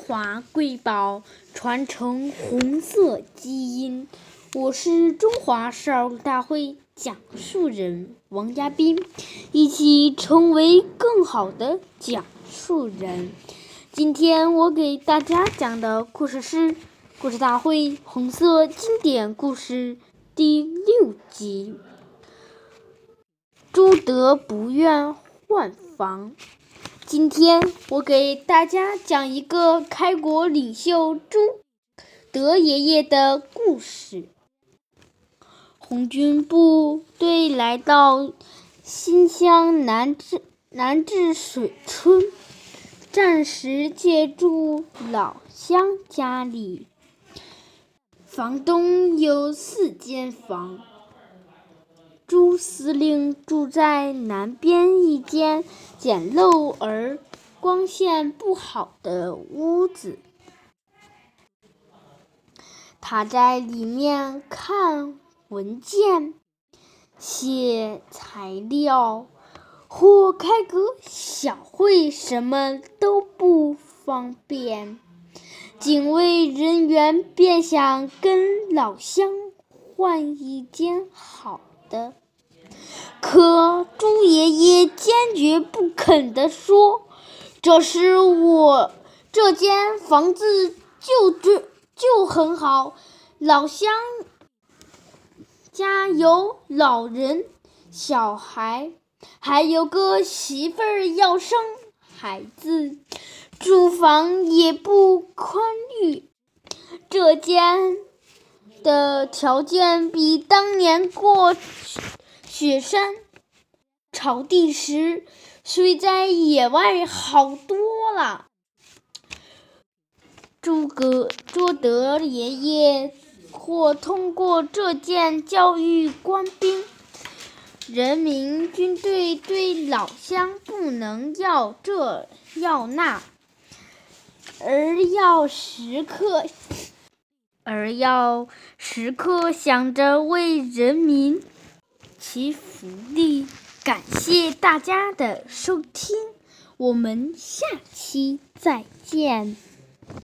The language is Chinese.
华瑰宝，传承红色基因。我是中华少儿大会讲述人王嘉宾，一起成为更好的讲述人。今天我给大家讲的故事是《故事大会红色经典故事》第6集。朱德不愿换房。今天我给大家讲一个开国领袖朱德爷爷的故事。红军部队来到新乡南至水村，暂时借住老乡家里。房东有4间房，朱司令住在南边一间简陋而光线不好的屋子。他在里面看文件、写材料或开个小会，什么都不方便。警卫人员便想跟老乡换一间好的，可朱爷爷坚决不肯地说：“这间房子就很好，老乡家有老人、小孩，还有个媳妇儿要生孩子，住房也不宽裕。这间的条件比当年过雪山草地时睡在野外好多了。”朱德爷爷或通过这件教育官兵，人民军队对老乡不能要这要那，而要时刻想着为人民祈福利。感谢大家的收听，我们下期再见。